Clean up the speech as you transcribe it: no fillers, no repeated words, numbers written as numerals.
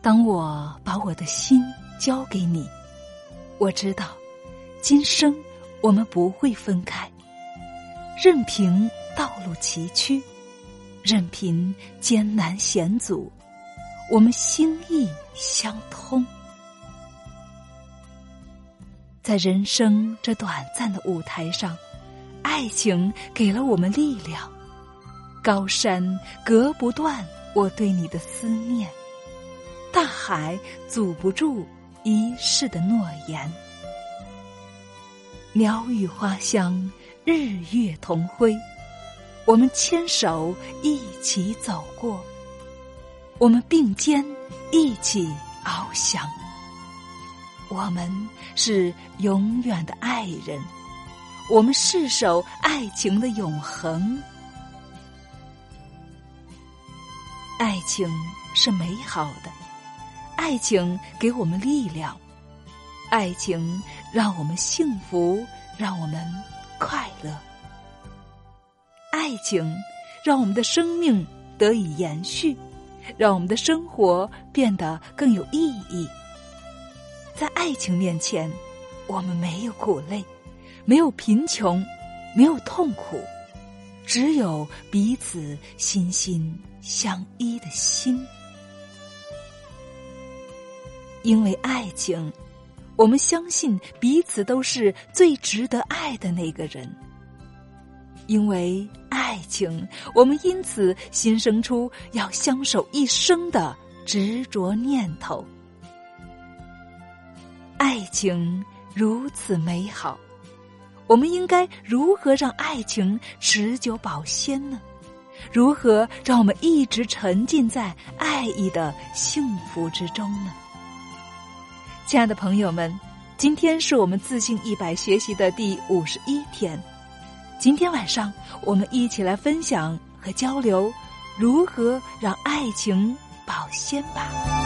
当我把我的心交给你，我知道今生我们不会分开，任凭道路崎岖，任凭艰难险阻，我们心意相通。在人生这短暂的舞台上，爱情给了我们力量，高山隔不断我对你的思念，大海阻不住一世的诺言。鸟语花香，日月同辉，我们牵手一起走过，我们并肩一起翱翔。我们是永远的爱人，我们誓守爱情的永恒。爱情是美好的，爱情给我们力量，爱情让我们幸福，让我们快乐。爱情让我们的生命得以延续，让我们的生活变得更有意义。在爱情面前，我们没有苦累，没有贫穷，没有痛苦，只有彼此心心相依的心。因为爱情，我们相信彼此都是最值得爱的那个人。因为爱情，我们因此心生出要相守一生的执着念头。爱情如此美好，我们应该如何让爱情持久保鲜呢？如何让我们一直沉浸在爱意的幸福之中呢？亲爱的朋友们，今天是我们自信100学习的第51天。今天晚上我们一起来分享和交流如何让爱情保鲜吧。